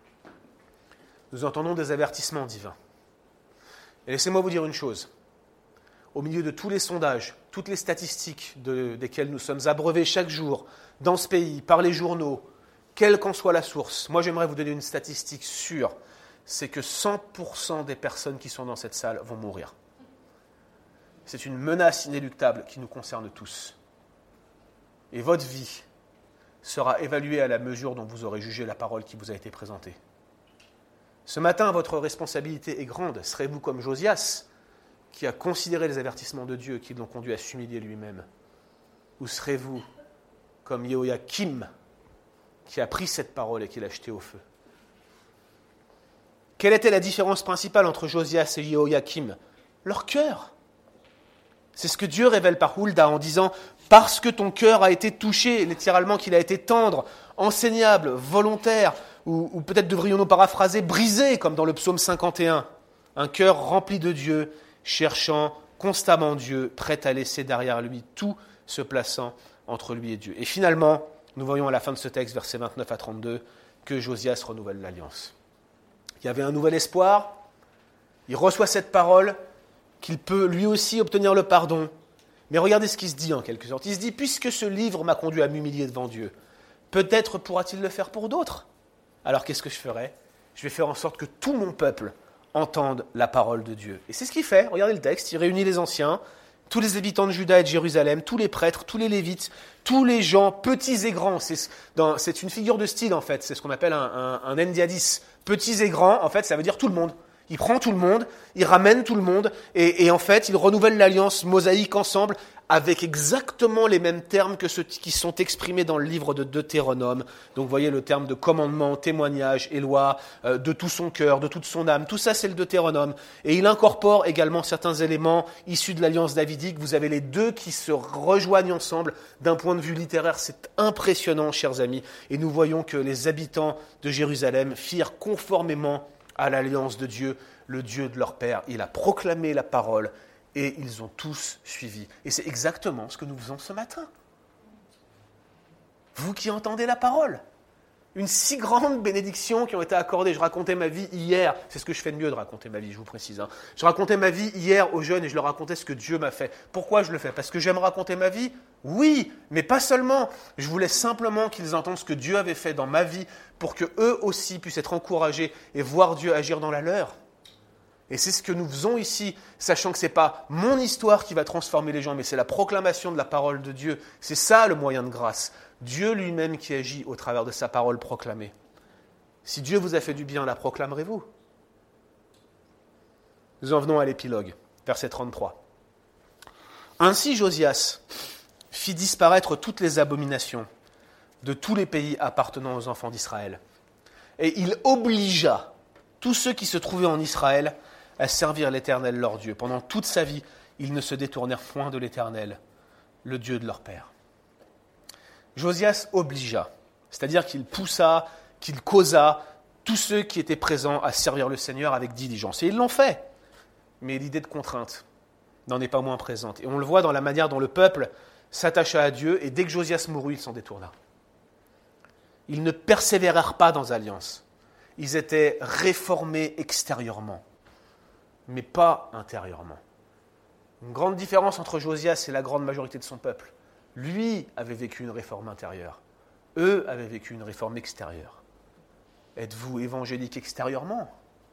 nous entendons des avertissements divins. Et laissez-moi vous dire une chose. Au milieu de tous les sondages, toutes les statistiques desquelles nous sommes abreuvés chaque jour, dans ce pays, par les journaux, quelle qu'en soit la source, moi j'aimerais vous donner une statistique sûre, c'est que 100% des personnes qui sont dans cette salle vont mourir. C'est une menace inéluctable qui nous concerne tous. Et votre vie sera évaluée à la mesure dont vous aurez jugé la parole qui vous a été présentée. Ce matin, votre responsabilité est grande. Serez-vous comme Josias, qui a considéré les avertissements de Dieu qui l'ont conduit à s'humilier lui-même? Ou serez-vous comme Jéhoïakim, qui a pris cette parole et qui l'a jetée au feu? Quelle était la différence principale entre Josias et Jéhoïakim? Leur cœur. C'est ce que Dieu révèle par Hulda en disant « Parce que ton cœur a été touché », littéralement qu'il a été tendre, enseignable, volontaire, ou peut-être devrions-nous paraphraser « brisé », comme dans le psaume 51. Un cœur rempli de Dieu, cherchant constamment Dieu, prêt à laisser derrière lui tout, se plaçant entre lui et Dieu. Et finalement, nous voyons à la fin de ce texte, versets 29 à 32, que Josias renouvelle l'alliance. Il y avait un nouvel espoir, il reçoit cette parole, qu'il peut lui aussi obtenir le pardon, Mais regardez ce qui se dit en quelque sorte. Il se dit, puisque ce livre m'a conduit à m'humilier devant Dieu, peut-être pourra-t-il le faire pour d'autres. Alors qu'est-ce que je ferai ? Je vais faire en sorte que tout mon peuple entende la parole de Dieu. Et c'est ce qu'il fait. Regardez le texte. Il réunit les anciens, tous les habitants de Juda et de Jérusalem, tous les prêtres, tous les lévites, tous les gens, petits et grands. C'est une figure de style en fait. C'est ce qu'on appelle un endiadis. Petits et grands, en fait, ça veut dire tout le monde. Il prend tout le monde, il ramène tout le monde, et en fait, il renouvelle l'alliance mosaïque ensemble avec exactement les mêmes termes que ceux qui sont exprimés dans le livre de Deutéronome. Donc, vous voyez le terme de commandement, témoignage et loi, de tout son cœur, de toute son âme. Tout ça, c'est le Deutéronome. Et il incorpore également certains éléments issus de l'alliance davidique. Vous avez les deux qui se rejoignent ensemble d'un point de vue littéraire. C'est impressionnant, chers amis. Et nous voyons que les habitants de Jérusalem firent conformément à l'alliance de Dieu, le Dieu de leur père. Il a proclamé la parole et ils ont tous suivi. Et c'est exactement ce que nous faisons ce matin. Vous qui entendez la parole, une si grande bénédiction qui ont été accordées. Je racontais ma vie hier, c'est ce que je fais de mieux de raconter ma vie, je vous précise. Je racontais ma vie hier aux jeunes et je leur racontais ce que Dieu m'a fait. Pourquoi je le fais ? Parce que j'aime raconter ma vie ? Oui, mais pas seulement. Je voulais simplement qu'ils entendent ce que Dieu avait fait dans ma vie pour qu'eux aussi puissent être encouragés et voir Dieu agir dans la leur. Et c'est ce que nous faisons ici, sachant que ce n'est pas mon histoire qui va transformer les gens, mais c'est la proclamation de la parole de Dieu. C'est ça le moyen de grâce. Dieu lui-même qui agit au travers de sa parole proclamée. Si Dieu vous a fait du bien, la proclamerez-vous ? Nous en venons à l'épilogue, verset 33. Ainsi Josias fit disparaître toutes les abominations de tous les pays appartenant aux enfants d'Israël. Et il obligea tous ceux qui se trouvaient en Israël à servir l'Éternel leur Dieu. Pendant toute sa vie, ils ne se détournèrent point de l'Éternel, le Dieu de leur père. Josias obligea, c'est-à-dire qu'il poussa, qu'il causa tous ceux qui étaient présents à servir le Seigneur avec diligence. Et ils l'ont fait. Mais l'idée de contrainte n'en est pas moins présente. Et on le voit dans la manière dont le peuple s'attacha à Dieu, et dès que Josias mourut, il s'en détourna. Ils ne persévérèrent pas dans l'alliance. Ils étaient réformés extérieurement, mais pas intérieurement. Une grande différence entre Josias et la grande majorité de son peuple. Lui avait vécu une réforme intérieure. Eux avaient vécu une réforme extérieure. Êtes-vous évangélique extérieurement ?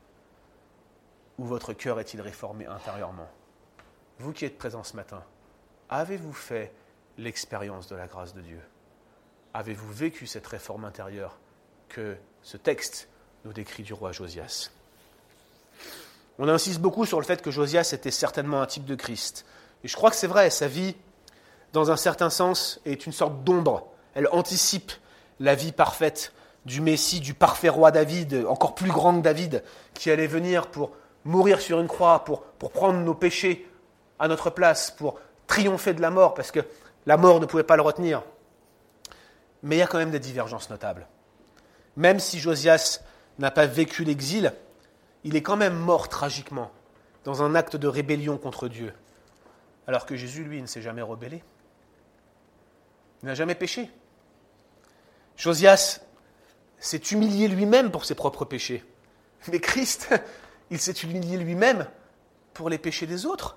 Ou votre cœur est-il réformé intérieurement ? Vous qui êtes présents ce matin, avez-vous fait l'expérience de la grâce de Dieu ? Avez-vous vécu cette réforme intérieure que ce texte nous décrit du roi Josias ? On insiste beaucoup sur le fait que Josias était certainement un type de Christ. Et je crois que c'est vrai, sa vie, dans un certain sens, est une sorte d'ombre. Elle anticipe la vie parfaite du Messie, du parfait roi David, encore plus grand que David, qui allait venir pour mourir sur une croix, pour prendre nos péchés à notre place, pour triompher de la mort, parce que la mort ne pouvait pas le retenir. Mais il y a quand même des divergences notables. Même si Josias n'a pas vécu l'exil, il est quand même mort tragiquement dans un acte de rébellion contre Dieu, alors que Jésus, lui, ne s'est jamais rebellé. Il n'a jamais péché. Josias s'est humilié lui-même pour ses propres péchés. Mais Christ, il s'est humilié lui-même pour les péchés des autres.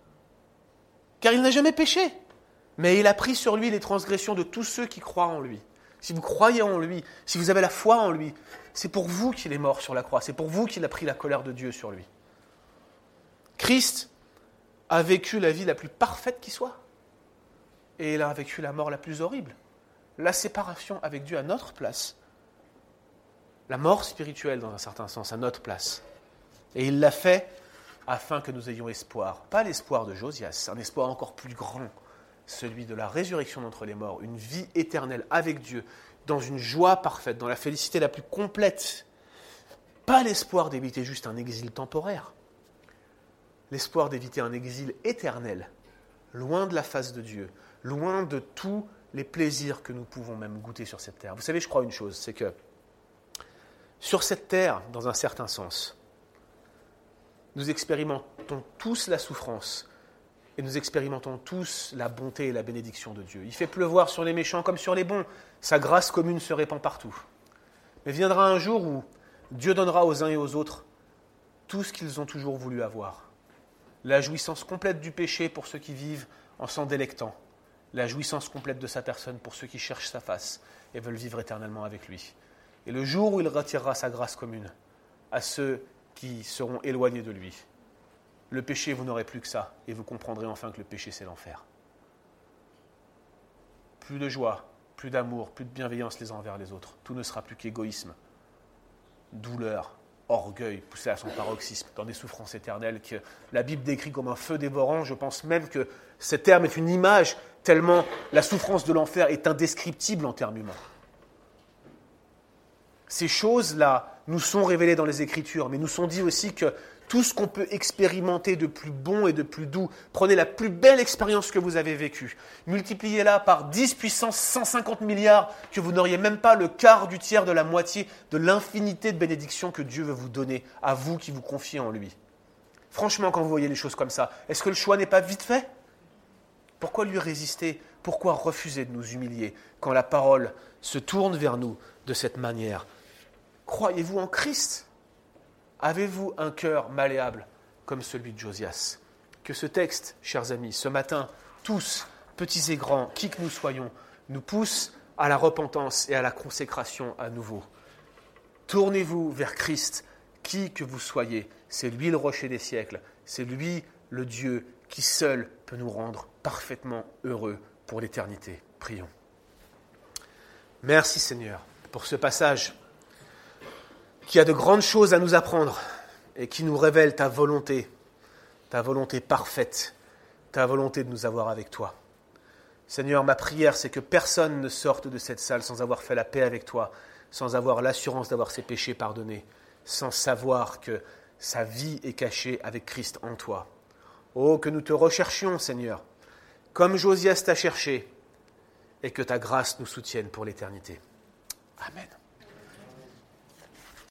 Car il n'a jamais péché. Mais il a pris sur lui les transgressions de tous ceux qui croient en lui. Si vous croyez en lui, si vous avez la foi en lui, c'est pour vous qu'il est mort sur la croix. C'est pour vous qu'il a pris la colère de Dieu sur lui. Christ a vécu la vie la plus parfaite qui soit. Et il a vécu la mort la plus horrible. La séparation avec Dieu à notre place. La mort spirituelle, dans un certain sens, à notre place. Et il l'a fait afin que nous ayons espoir. Pas l'espoir de Josias, un espoir encore plus grand. Celui de la résurrection d'entre les morts, une vie éternelle avec Dieu, dans une joie parfaite, dans la félicité la plus complète. Pas l'espoir d'éviter juste un exil temporaire. L'espoir d'éviter un exil éternel, loin de la face de Dieu, loin de tous les plaisirs que nous pouvons même goûter sur cette terre. Vous savez, je crois une chose, c'est que sur cette terre, dans un certain sens, nous expérimentons tous la souffrance et nous expérimentons tous la bonté et la bénédiction de Dieu. Il fait pleuvoir sur les méchants comme sur les bons. Sa grâce commune se répand partout. Mais viendra un jour où Dieu donnera aux uns et aux autres tout ce qu'ils ont toujours voulu avoir. La jouissance complète du péché pour ceux qui vivent en s'en délectant, la jouissance complète de sa personne pour ceux qui cherchent sa face et veulent vivre éternellement avec lui. Et le jour où il retirera sa grâce commune à ceux qui seront éloignés de lui, le péché, vous n'aurez plus que ça, et vous comprendrez enfin que le péché, c'est l'enfer. Plus de joie, plus d'amour, plus de bienveillance les uns envers les autres. Tout ne sera plus qu'égoïsme, douleur, orgueil poussé à son paroxysme dans des souffrances éternelles que la Bible décrit comme un feu dévorant. Je pense même que ce terme est une image tellement la souffrance de l'enfer est indescriptible en termes humains. Ces choses-là nous sont révélées dans les Écritures, mais nous sont dit aussi que tout ce qu'on peut expérimenter de plus bon et de plus doux, prenez la plus belle expérience que vous avez vécue, multipliez-la par 10 puissance 150 milliards, que vous n'auriez même pas le quart du tiers de la moitié de l'infinité de bénédictions que Dieu veut vous donner, à vous qui vous confiez en lui. Franchement, quand vous voyez les choses comme ça, est-ce que le choix n'est pas vite fait ? Pourquoi lui résister ? Pourquoi refuser de nous humilier quand la parole se tourne vers nous de cette manière ? Croyez-vous en Christ ? Avez-vous un cœur malléable comme celui de Josias ? Que ce texte, chers amis, ce matin, tous, petits et grands, qui que nous soyons, nous pousse à la repentance et à la consécration à nouveau. Tournez-vous vers Christ, qui que vous soyez. C'est lui le rocher des siècles, c'est lui le Dieu qui seul peut nous rendre parfaitement heureux pour l'éternité. Prions. Merci Seigneur pour ce passage qui a de grandes choses à nous apprendre et qui nous révèle ta volonté parfaite, ta volonté de nous avoir avec toi. Seigneur, ma prière, c'est que personne ne sorte de cette salle sans avoir fait la paix avec toi, sans avoir l'assurance d'avoir ses péchés pardonnés, sans savoir que sa vie est cachée avec Christ en toi. Oh, que nous te recherchions, Seigneur, comme Josias t'a cherché, et que ta grâce nous soutienne pour l'éternité. Amen.